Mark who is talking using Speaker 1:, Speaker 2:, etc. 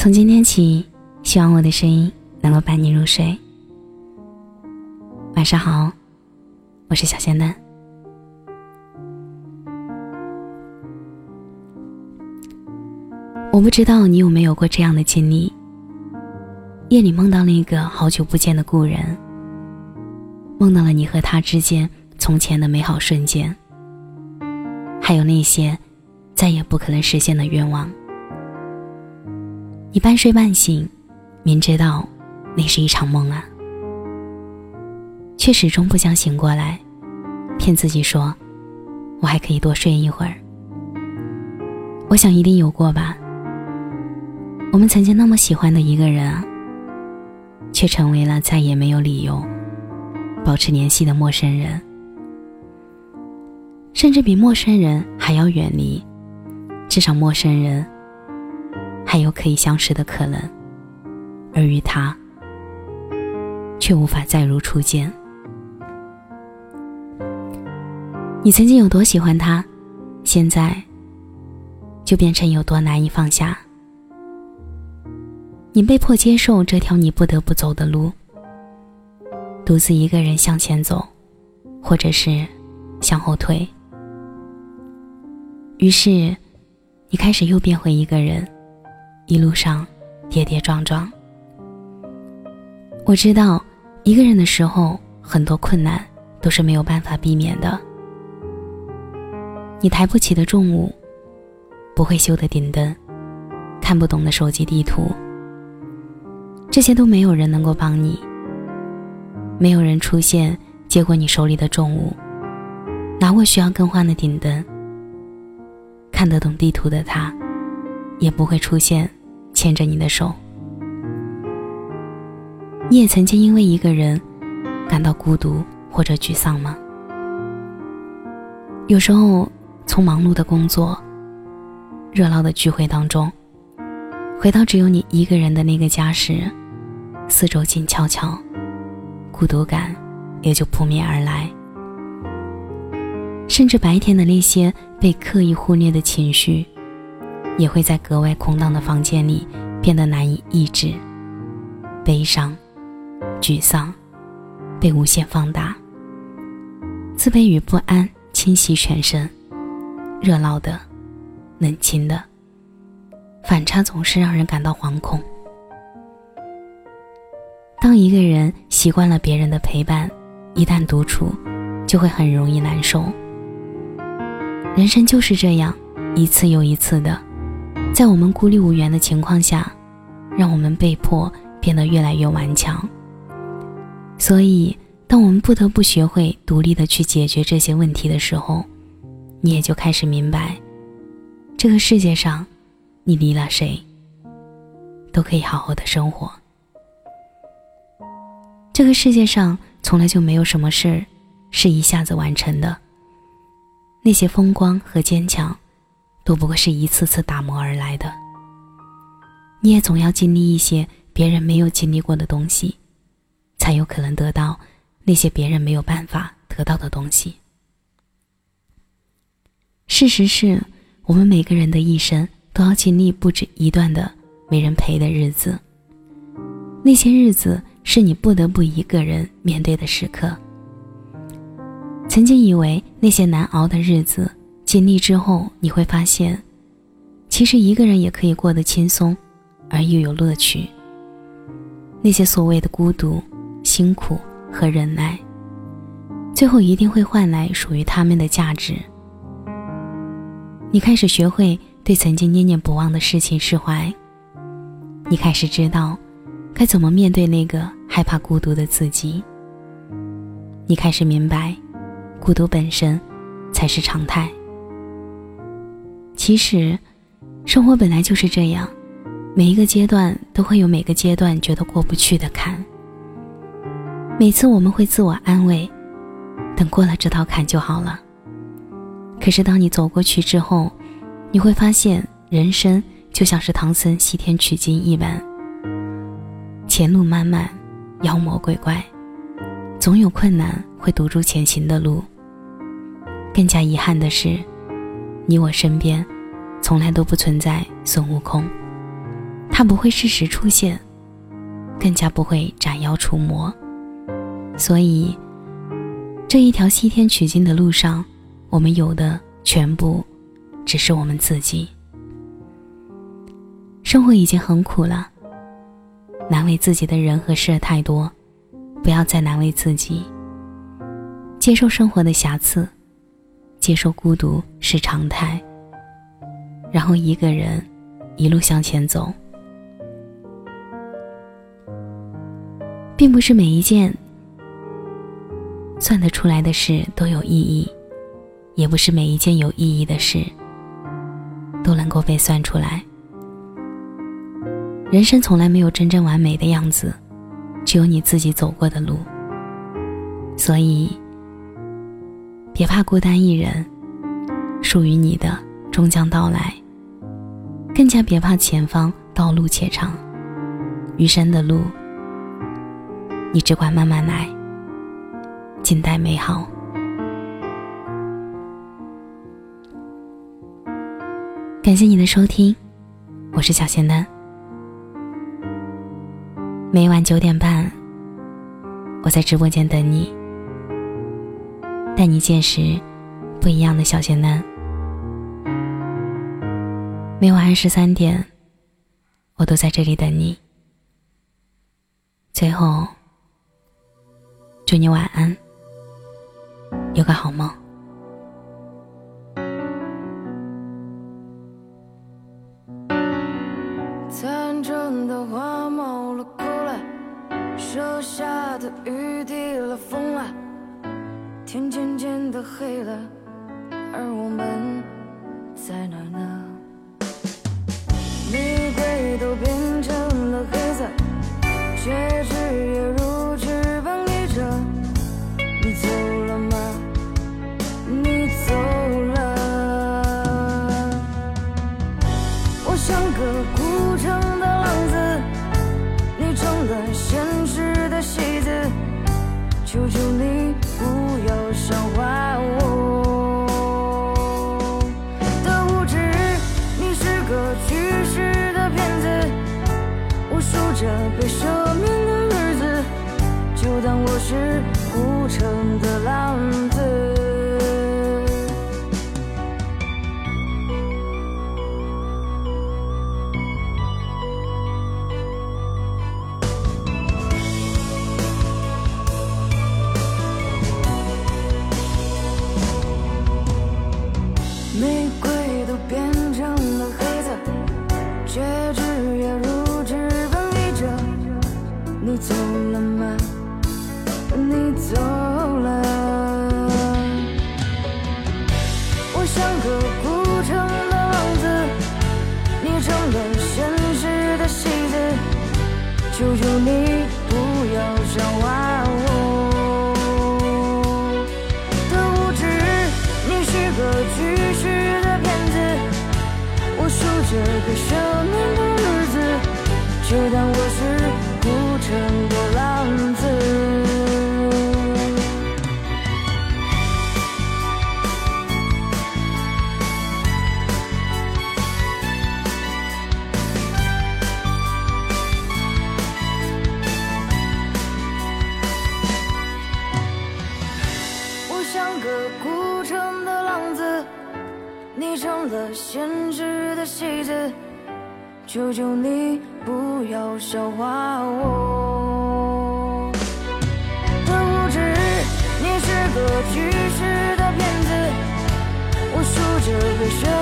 Speaker 1: 从今天起，希望我的声音能够伴你入睡。晚上好，我是小仙嫩。我不知道你有没有过这样的经历，夜里梦到了一个好久不见的故人，梦到了你和他之间从前的美好瞬间，还有那些再也不可能实现的愿望。你半睡半醒，明知道那是一场梦啊，却始终不想醒过来，骗自己说我还可以多睡一会儿。我想一定有过吧，我们曾经那么喜欢的一个人啊，却成为了再也没有理由保持联系的陌生人，甚至比陌生人还要远离，至少陌生人还有可以相识的可能，而与他却无法再如初见。你曾经有多喜欢他，现在就变成有多难以放下。你被迫接受这条你不得不走的路，独自一个人向前走，或者是向后退。于是你开始又变回一个人，一路上跌跌撞撞。我知道一个人的时候，很多困难都是没有办法避免的。你抬不起的重物，不会修的顶灯，看不懂的手机地图，这些都没有人能够帮你。没有人出现接过你手里的重物，拿过需要更换的顶灯。看得懂地图的他，也不会出现牵着你的手。你也曾经因为一个人感到孤独或者沮丧吗？有时候从忙碌的工作、热闹的聚会当中，回到只有你一个人的那个家时，四周静悄悄，孤独感也就扑面而来。甚至白天的那些被刻意忽略的情绪，也会在格外空荡的房间里变得难以抑制，悲伤、沮丧被无限放大，自卑与不安侵袭全身，热闹的、冷清的，反差总是让人感到惶恐。当一个人习惯了别人的陪伴，一旦独处，就会很容易难受。人生就是这样，一次又一次的，在我们孤立无援的情况下，让我们被迫变得越来越顽强。所以当我们不得不学会独立的去解决这些问题的时候，你也就开始明白，这个世界上你离了谁都可以好好的生活。这个世界上从来就没有什么事是一下子完成的，那些风光和坚强都不过是一次次打磨而来的。你也总要经历一些别人没有经历过的东西，才有可能得到那些别人没有办法得到的东西。事实是，我们每个人的一生都要经历不止一段的没人陪的日子，那些日子是你不得不一个人面对的时刻。曾经以为那些难熬的日子经历之后，你会发现其实一个人也可以过得轻松而又有乐趣。那些所谓的孤独、辛苦和忍耐，最后一定会换来属于他们的价值。你开始学会对曾经念念不忘的事情释怀，你开始知道该怎么面对那个害怕孤独的自己，你开始明白孤独本身才是常态。其实生活本来就是这样，每一个阶段都会有每个阶段觉得过不去的坎。每次我们会自我安慰，等过了这道坎就好了。可是当你走过去之后，你会发现人生就像是唐僧西天取经一般，前路漫漫，妖魔鬼怪，总有困难会堵住前行的路。更加遗憾的是，你我身边从来都不存在孙悟空，他它不会适时出现，更加不会斩妖除魔。所以这一条西天取经的路上，我们有的全部只是我们自己。生活已经很苦了，难为自己的人和事太多，不要再难为自己。接受生活的瑕疵，接受孤独是常态，然后一个人一路向前走。并不是每一件算得出来的事都有意义，也不是每一件有意义的事都能够被算出来。人生从来没有真正完美的样子，只有你自己走过的路。所以别怕孤单一人，属于你的终将到来。更加别怕前方道路且长，余生的路你只管慢慢来，静待美好。感谢你的收听，我是小仙丹。每晚9点半，我在直播间等你，带你见识不一样的小仙丹。每晚23点，我都在这里等你。最后祝你晚安，有个好梦。
Speaker 2: 残阵的花冒了过来，射下的雨滴了风了，天渐渐的黑了，而我们在哪儿呢？玫瑰都变成了黑色，戒指也如纸般依着。你走了吗？你走了。我像个孤城的浪子，你成了现实的戏子，求求你不要伤害我的无知。你是个去世的骗子，我数着被赦免的日子，就当我是孤城的浪子。玫瑰都变成了黑色，戒指也如纸般依着。你走了吗？你走了。我像个孤城的浪子，你成了现实的戏子，求求你不要伤害我的无知。你是个去世的骗子，我数着被赦免的日子，就当我是孤城的浪子。我像个孤城的浪子，你成了现实的戏子，求求你不要笑话我的无知。你是个去世的骗子，我数着被赦